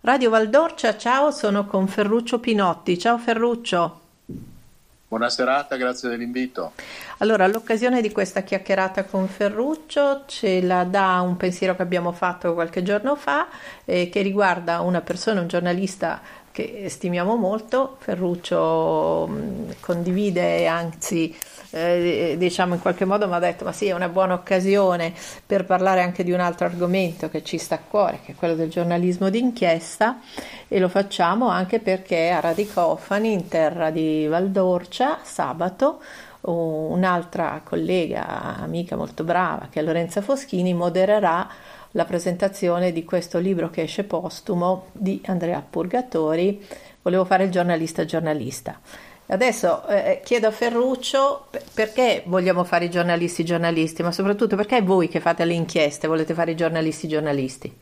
Radio Valdorcia, ciao, sono con Ferruccio Pinotti. Ciao Ferruccio. Buona serata, grazie dell'invito. Allora, l'occasione di questa chiacchierata con Ferruccio ce la dà un pensiero che abbiamo fatto qualche giorno fa, che riguarda una persona, un giornalista che stimiamo molto. Ferruccio condivide, anzi, diciamo in qualche modo mi ha detto, ma sì, è una buona occasione per parlare anche di un altro argomento che ci sta a cuore, che è quello del giornalismo d'inchiesta, e lo facciamo anche perché a Radicofani, in terra di Valdorcia, sabato, un'altra collega, amica molto brava, che è Lorenza Foschini, modererà la presentazione di questo libro che esce postumo di Andrea Purgatori. Volevo fare il giornalista giornalista. Adesso chiedo a Ferruccio perché vogliamo fare i giornalisti giornalisti, ma soprattutto perché voi che fate le inchieste volete fare i giornalisti giornalisti?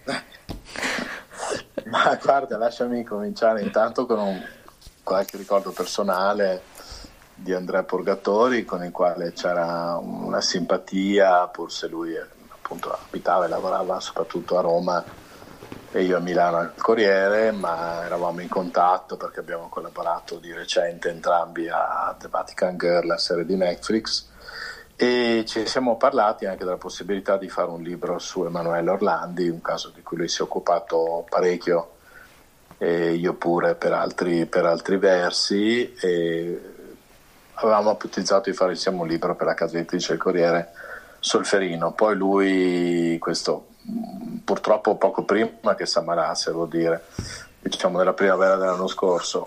Ma guarda, lasciami cominciare intanto con qualche ricordo personale di Andrea Purgatori, con il quale c'era una simpatia, pur se lui appunto abitava e lavorava soprattutto a Roma e io a Milano al Corriere, ma eravamo in contatto perché abbiamo collaborato di recente entrambi a The Vatican Girl, la serie di Netflix, e ci siamo parlati anche della possibilità di fare un libro su Emanuele Orlandi, un caso di cui lui si è occupato parecchio, e io pure per altri versi, e avevamo ipotizzato di fare insieme un libro per la casa editrice del Corriere, Solferino. Poi lui, questo purtroppo poco prima che si ammalasse, devo dire, diciamo nella primavera dell'anno scorso,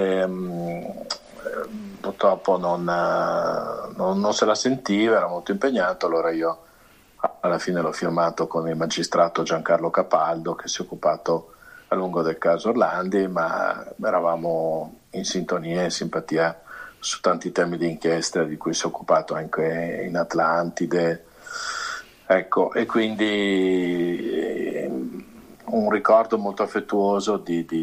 purtroppo non se la sentiva, era molto impegnato. Allora io alla fine l'ho firmato con il magistrato Giancarlo Capaldo, che si è occupato a lungo del caso Orlandi, ma eravamo in sintonia e in simpatia su tanti temi di inchiesta di cui si è occupato anche in Atlantide, ecco, e quindi un ricordo molto affettuoso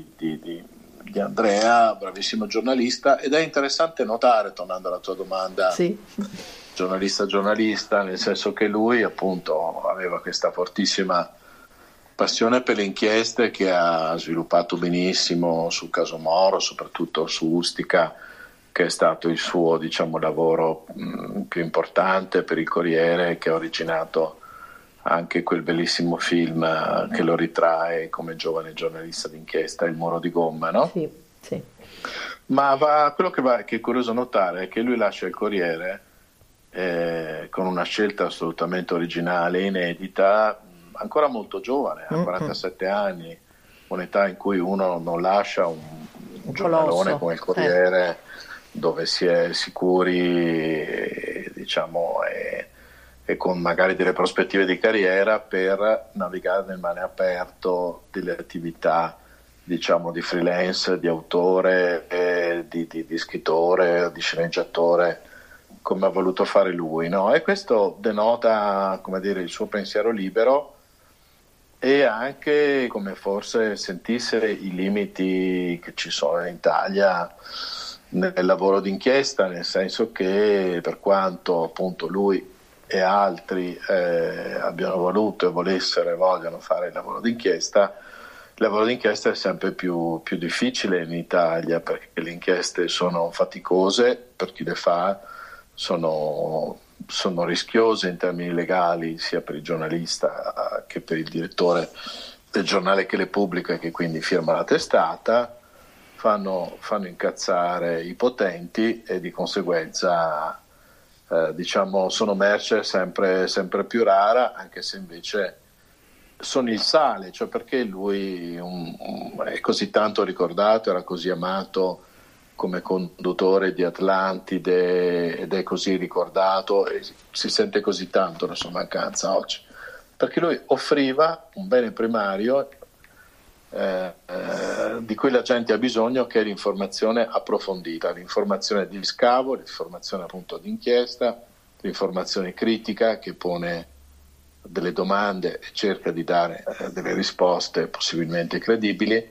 di Andrea, bravissimo giornalista. Ed è interessante notare, tornando alla tua domanda, Sì. giornalista, nel senso che lui appunto aveva questa fortissima passione per le inchieste che ha sviluppato benissimo sul caso Moro, soprattutto su Ustica, che è stato il suo, diciamo, lavoro più importante per il Corriere, che ha originato anche quel bellissimo film che lo ritrae come giovane giornalista d'inchiesta, Il muro di gomma, no? Sì, sì. Ma quello che è curioso notare è che lui lascia il Corriere con una scelta assolutamente originale e inedita, ancora molto giovane, a 47 anni, un'età in cui uno non lascia un Un giornalone colosso. come il Corriere, dove si è sicuri, diciamo, e con magari delle prospettive di carriera, per navigare nel mare aperto delle attività, diciamo, di freelance, di autore, di scrittore, di sceneggiatore, come ha voluto fare lui, no? E questo denota, come dire, il suo pensiero libero, e anche come forse sentisse i limiti che ci sono in Italia nel lavoro d'inchiesta, nel senso che per quanto appunto lui e altri abbiano voluto e volessero e vogliono fare il lavoro d'inchiesta è sempre più difficile in Italia, perché le inchieste sono faticose per chi le fa, sono rischiose in termini legali, sia per il giornalista che per il direttore del giornale che le pubblica, che quindi firma la testata, fanno incazzare i potenti e di conseguenza diciamo sono merce sempre più rara, anche se invece sono il sale, cioè perché lui è così tanto ricordato, era così amato come conduttore di Atlantide ed è così ricordato e si sente così tanto la sua mancanza oggi, perché lui offriva un bene primario di cui la gente ha bisogno, che è l'informazione approfondita, l'informazione di scavo, l'informazione appunto d'inchiesta, l'informazione critica che pone delle domande e cerca di dare delle risposte possibilmente credibili,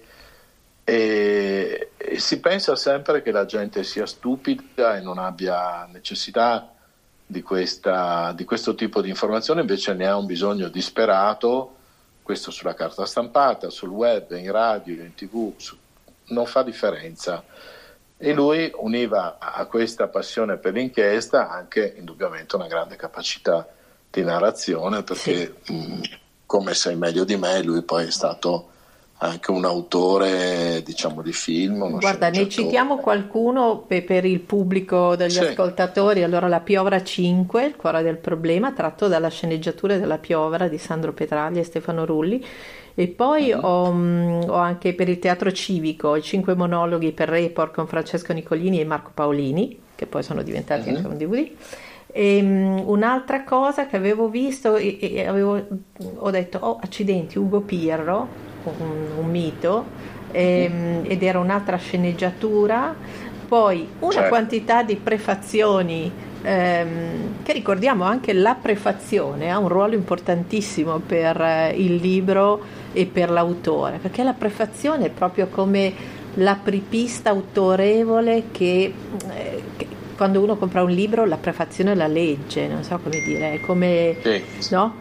e si pensa sempre che la gente sia stupida e non abbia necessità di questo tipo di informazione, invece ne ha un bisogno disperato, questo sulla carta stampata, sul web, in radio, in TV, non fa differenza. E lui univa a questa passione per l'inchiesta anche indubbiamente una grande capacità di narrazione, perché come sai meglio di me, lui poi è stato anche un autore, diciamo, di film. Guarda, ne citiamo qualcuno per il pubblico degli ascoltatori. Allora, La piovra 5, Il cuore del problema, tratto dalla sceneggiatura della piovra di Sandro Petraglia e Stefano Rulli. E poi ho anche per il teatro civico i 5 monologhi per Report con Francesco Nicolini e Marco Paolini, che poi sono diventati anche un DVD. E un'altra cosa che avevo visto ho detto, oh accidenti, Ugo Pirro, un mito, ed era un'altra sceneggiatura, poi una quantità di prefazioni, che ricordiamo anche la prefazione ha un ruolo importantissimo per il libro e per l'autore, perché la prefazione è proprio come l'apripista autorevole che quando uno compra un libro la prefazione la legge, non so come dire, è come no?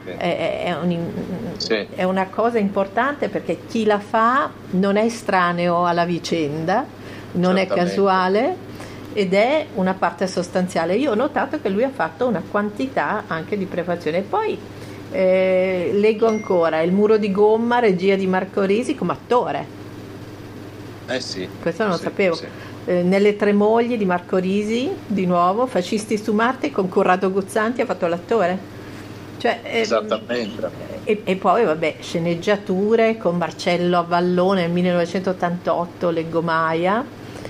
È una cosa importante, perché chi la fa non è estraneo alla vicenda, non è casuale ed è una parte sostanziale. Io ho notato che lui ha fatto una quantità anche di prefazione. E poi leggo ancora Il muro di gomma, regia di Marco Risi come attore. Questo non lo sapevo. Nelle tre mogli di Marco Risi, di nuovo, Fascisti su Marte, con Corrado Guzzanti ha fatto l'attore. Esattamente. E poi vabbè, sceneggiature con Marcello Avallone nel 1988, Leggo Maia,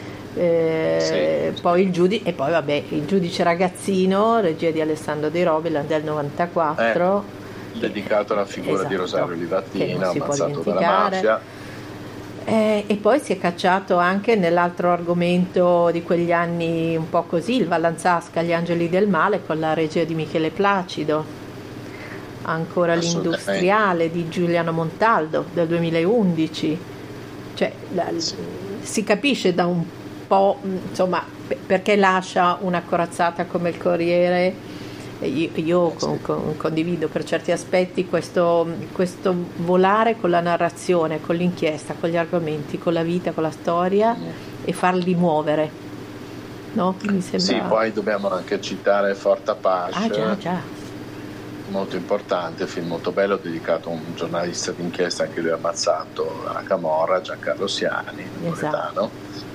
poi il giudice ragazzino, regia di Alessandro De Robelan del 94, dedicato alla figura di Rosario Livatino, ammazzato dalla mafia. E poi si è cacciato anche nell'altro argomento di quegli anni un po' così, il Vallanzasca, Gli angeli del male, con la regia di Michele Placido. Ancora L'industriale di Giuliano Montaldo del 2011. Si capisce da un po', insomma, perché lascia una corazzata come il Corriere. Io condivido per certi aspetti questo volare con la narrazione, con l'inchiesta, con gli argomenti, con la vita, con la storia, e farli muovere, no? Mi sembra... Sì, poi dobbiamo anche citare Forte Apache, già. Molto importante, film molto bello, dedicato a un giornalista d'inchiesta, anche lui ammazzato alla camorra, Giancarlo Siani, napoletano.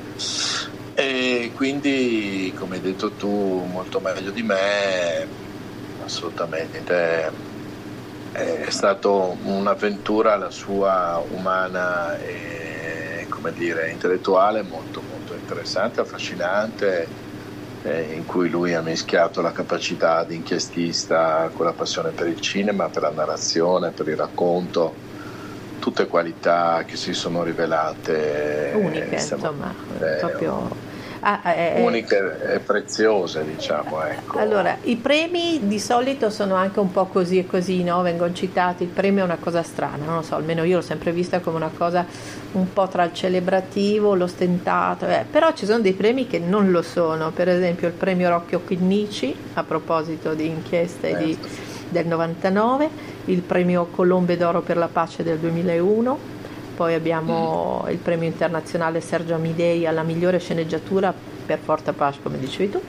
E quindi, come hai detto tu molto meglio di me, assolutamente è stato un'avventura la sua umana e, come dire, intellettuale, molto molto interessante, affascinante, in cui lui ha mischiato la capacità di inchiestista con la passione per il cinema, per la narrazione, per il racconto, tutte qualità che si sono rivelate uniche, insomma, proprio uniche e preziose, diciamo, ecco. Allora, i premi di solito sono anche un po' così e così, no? Vengono citati, il premio è una cosa strana, non lo so, almeno io l'ho sempre vista come una cosa un po' tra il celebrativo, l'ostentato, però ci sono dei premi che non lo sono, per esempio il premio Rocchio Chinnici, a proposito di inchieste del 99, il premio Colombe d'Oro per la pace del 2001, poi abbiamo il premio internazionale Sergio Amidei alla migliore sceneggiatura per Forte Apache, come dicevi tu,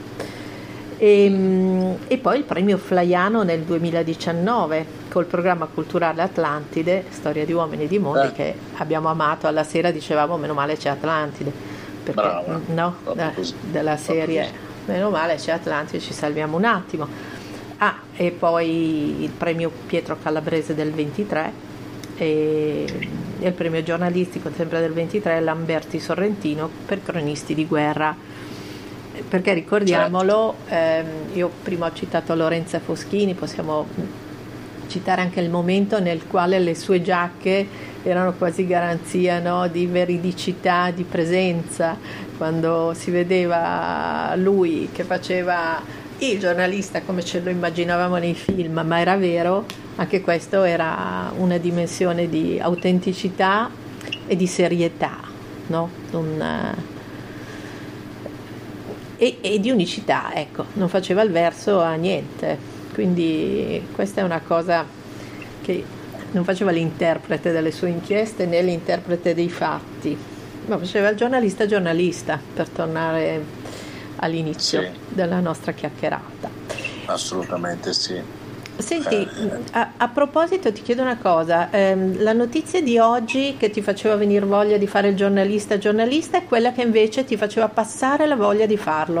e poi il premio Flaiano nel 2019 col programma culturale Atlantide, storia di uomini e di mondi, che abbiamo amato. Alla sera dicevamo meno male c'è Atlantide, perché brava, no, della serie meno male c'è Atlantide, ci salviamo un attimo. E poi il premio Pietro Calabrese del 23 e il premio giornalistico sempre del 23 Lamberti Sorrentino per Cronisti di guerra, perché ricordiamolo, io prima ho citato Lorenza Foschini, possiamo citare anche il momento nel quale le sue giacche erano quasi garanzia, no, di veridicità, di presenza, quando si vedeva lui che faceva il giornalista come ce lo immaginavamo nei film, ma era vero. Anche questo era una dimensione di autenticità e di serietà, no? E di unicità, ecco, non faceva il verso a niente. Quindi questa è una cosa che non faceva l'interprete delle sue inchieste né l'interprete dei fatti, ma faceva il giornalista, per tornare all'inizio della nostra chiacchierata. Assolutamente sì. Senti, a proposito ti chiedo una cosa, la notizia di oggi che ti faceva venire voglia di fare il giornalista è quella che invece ti faceva passare la voglia di farlo?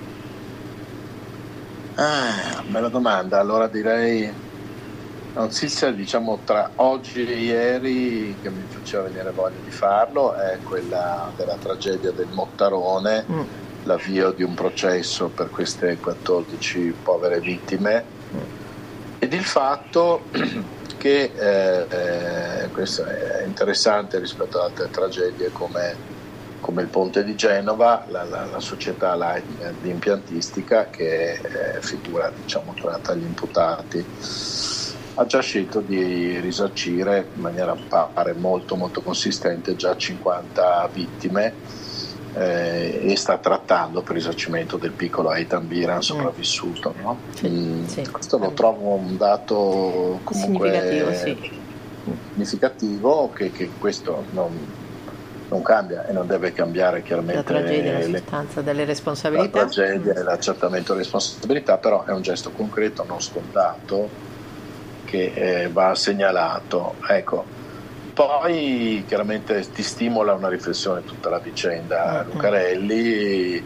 Bella domanda. Allora direi la notizia, diciamo, tra oggi e ieri che mi faceva venire voglia di farlo è quella della tragedia del Mottarone, l'avvio di un processo per queste 14 povere vittime. Ed il fatto che questo è interessante rispetto ad altre tragedie come il ponte di Genova, la società Light di impiantistica, che è figura, diciamo, tra gli imputati, ha già scelto di risarcire in maniera pare molto molto consistente già 50 vittime, e sta trattando per risarcimento del piccolo Eitan Biran sopravvissuto, no? Questo lo trovo un dato comunque significativo, che questo non cambia e non deve cambiare chiaramente la tragedia, la sostanza delle responsabilità, la tragedia e l'accertamento delle responsabilità, però è un gesto concreto, non scontato, che va segnalato. Ecco. Poi chiaramente ti stimola una riflessione tutta la vicenda Lucarelli,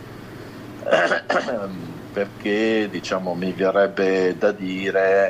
perché, diciamo, mi verrebbe da dire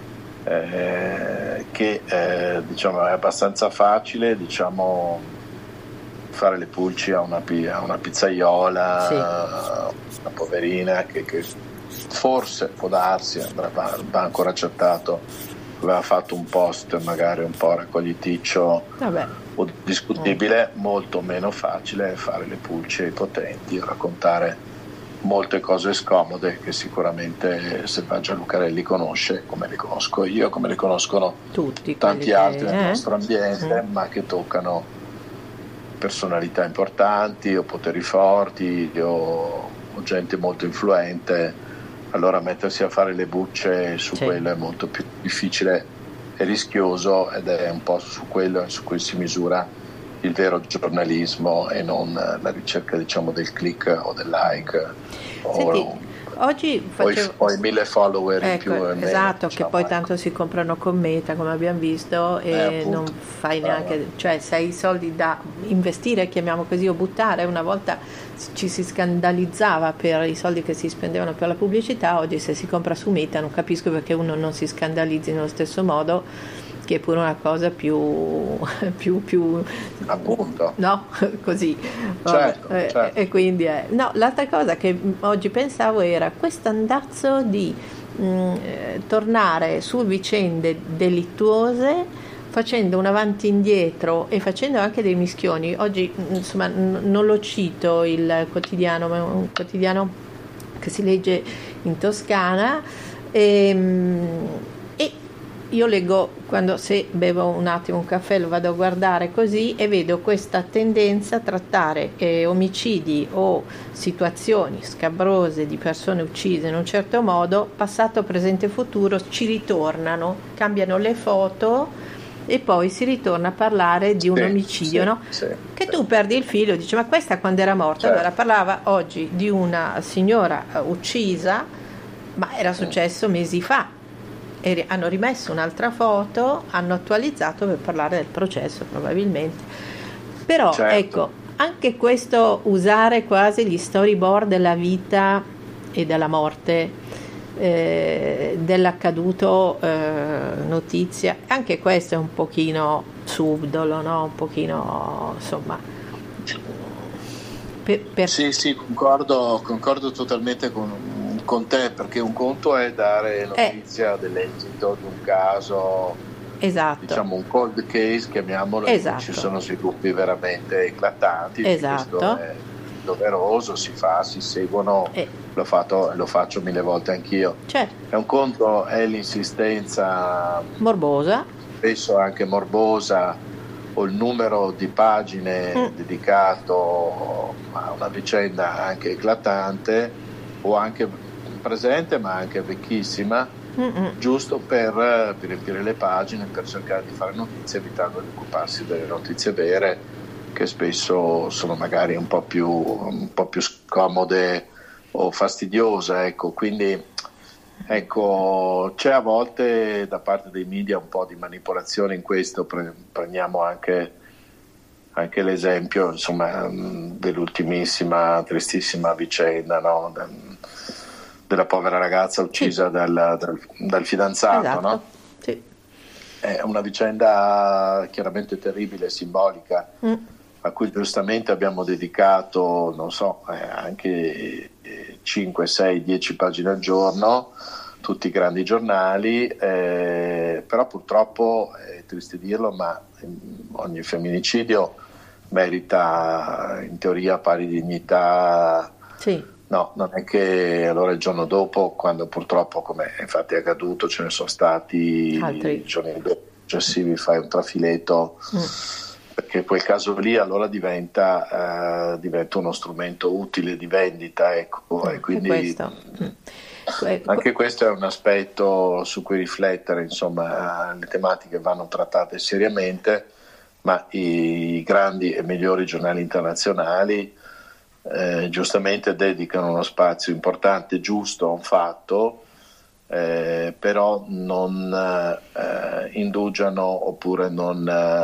che diciamo, è abbastanza facile, diciamo, fare le pulci a una pizzaiola, una poverina che forse, può darsi, va ancora accertato, aveva fatto un post magari un po' raccogliticcio o discutibile. Molto meno facile fare le pulci ai potenti, raccontare molte cose scomode che sicuramente Selvaggia Lucarelli conosce, come le conosco io, come le conoscono tutti, tanti altri nel nostro ambiente, ma che toccano personalità importanti o poteri forti o gente molto influente. Allora mettersi a fare le bucce su quello è molto più difficile e rischioso, ed è un po' su quello su cui si misura il vero giornalismo e non la ricerca, diciamo, del click o del like. Senti, oggi o i 1000 follower in più e meno, esatto, diciamo, che poi tanto si comprano con Meta, come abbiamo visto, e non fai neanche, cioè se hai i soldi da investire, chiamiamo così, o buttare. Una volta ci si scandalizzava per i soldi che si spendevano per la pubblicità, oggi se si compra su Meta non capisco perché uno non si scandalizzi nello stesso modo, che è pure una cosa più appunto, no? Così, certo. E quindi no, l'altra cosa che oggi pensavo era questo andazzo di tornare su vicende delittuose, facendo un avanti e indietro e facendo anche dei mischioni. Oggi, insomma, non lo cito il quotidiano, ma è un quotidiano che si legge in Toscana, e io leggo, se bevo un attimo un caffè lo vado a guardare così, e vedo questa tendenza a trattare omicidi o situazioni scabrose di persone uccise in un certo modo, passato, presente e futuro ci ritornano, cambiano le foto e poi si ritorna a parlare di un omicidio, no? Che tu perdi il filo, dici ma questa quando era morta? Allora parlava oggi di una signora uccisa, ma era successo mesi fa. E hanno rimesso un'altra foto, hanno attualizzato per parlare del processo probabilmente, però ecco, anche questo usare quasi gli storyboard della vita e della morte, dell'accaduto, notizia, anche questo è un pochino subdolo, no? Un pochino, insomma, sì, concordo totalmente con te, perché un conto è dare notizia dell'esito di un caso, diciamo un cold case, chiamiamolo, in cui ci sono sviluppi veramente eclatanti, questo è doveroso, si seguono, l'ho faccio 1000 volte anch'io. È un conto è l'insistenza morbosa, spesso anche morbosa, o il numero di pagine dedicato a una vicenda anche eclatante o anche presente ma anche vecchissima, giusto per riempire le pagine, per cercare di fare notizie, evitando di occuparsi delle notizie vere, che spesso sono magari un po' più scomode o fastidiose, ecco. Quindi ecco, c'è a volte da parte dei media un po' di manipolazione in questo. Prendiamo anche l'esempio, insomma, dell'ultimissima tristissima vicenda, no? Della povera ragazza uccisa dal fidanzato, Esatto. no? Sì. È una vicenda chiaramente terribile, simbolica, a cui giustamente abbiamo dedicato, non so, anche 5, 6, 10 pagine al giorno, tutti i grandi giornali, però purtroppo, è triste dirlo, ma ogni femminicidio merita in teoria pari dignità. Sì. No, non è che allora il giorno dopo, quando purtroppo, come infatti è accaduto, ce ne sono stati altri giorni successivi, fai un trafiletto, perché quel caso lì allora diventa uno strumento utile di vendita, ecco, e quindi anche questo è un aspetto su cui riflettere, insomma. Le tematiche vanno trattate seriamente, ma i grandi e migliori giornali internazionali giustamente dedicano uno spazio importante, giusto, a un fatto, però non indugiano, oppure non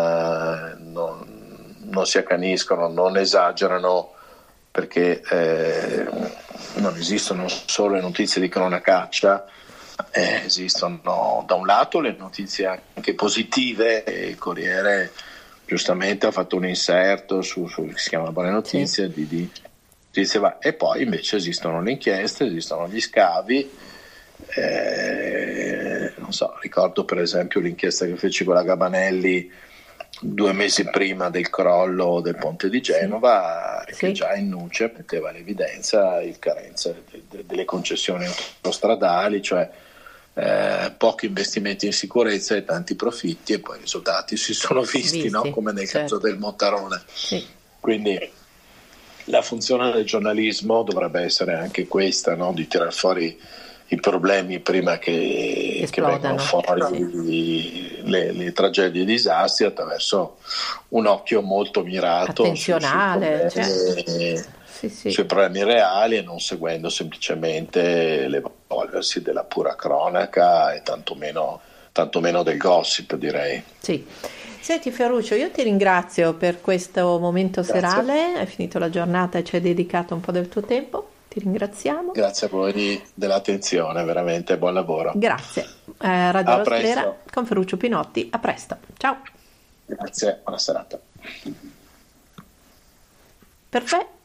si accaniscono, non esagerano, perché non esistono solo le notizie di cronacaccia, esistono da un lato le notizie anche positive. Il Corriere giustamente ha fatto un inserto su che si chiama Buone Notizie, e poi invece esistono le inchieste, esistono gli scavi. Non so, ricordo per esempio l'inchiesta che feci con la Gabanelli 2 mesi prima del crollo del ponte di Genova, che già in nuce metteva all'evidenza il carenza delle concessioni autostradali, cioè pochi investimenti in sicurezza e tanti profitti, e poi i risultati si sono visti. No? Come nel caso del Mottarone. Quindi la funzione del giornalismo dovrebbe essere anche questa, no? Di tirar fuori i problemi prima che vengano fuori le tragedie e i disastri, attraverso un occhio molto mirato, attenzionale, sui problemi reali, e non seguendo semplicemente l'evolversi della pura cronaca e tantomeno del gossip, direi. Sì. Senti Ferruccio, io ti ringrazio per questo momento serale, hai finito la giornata e ci hai dedicato un po' del tuo tempo, ti ringraziamo. Grazie a voi dell'attenzione, veramente buon lavoro. Grazie. Radio Rostrera con Ferruccio Pinotti, a presto, ciao. Grazie, buona serata. Perfetto.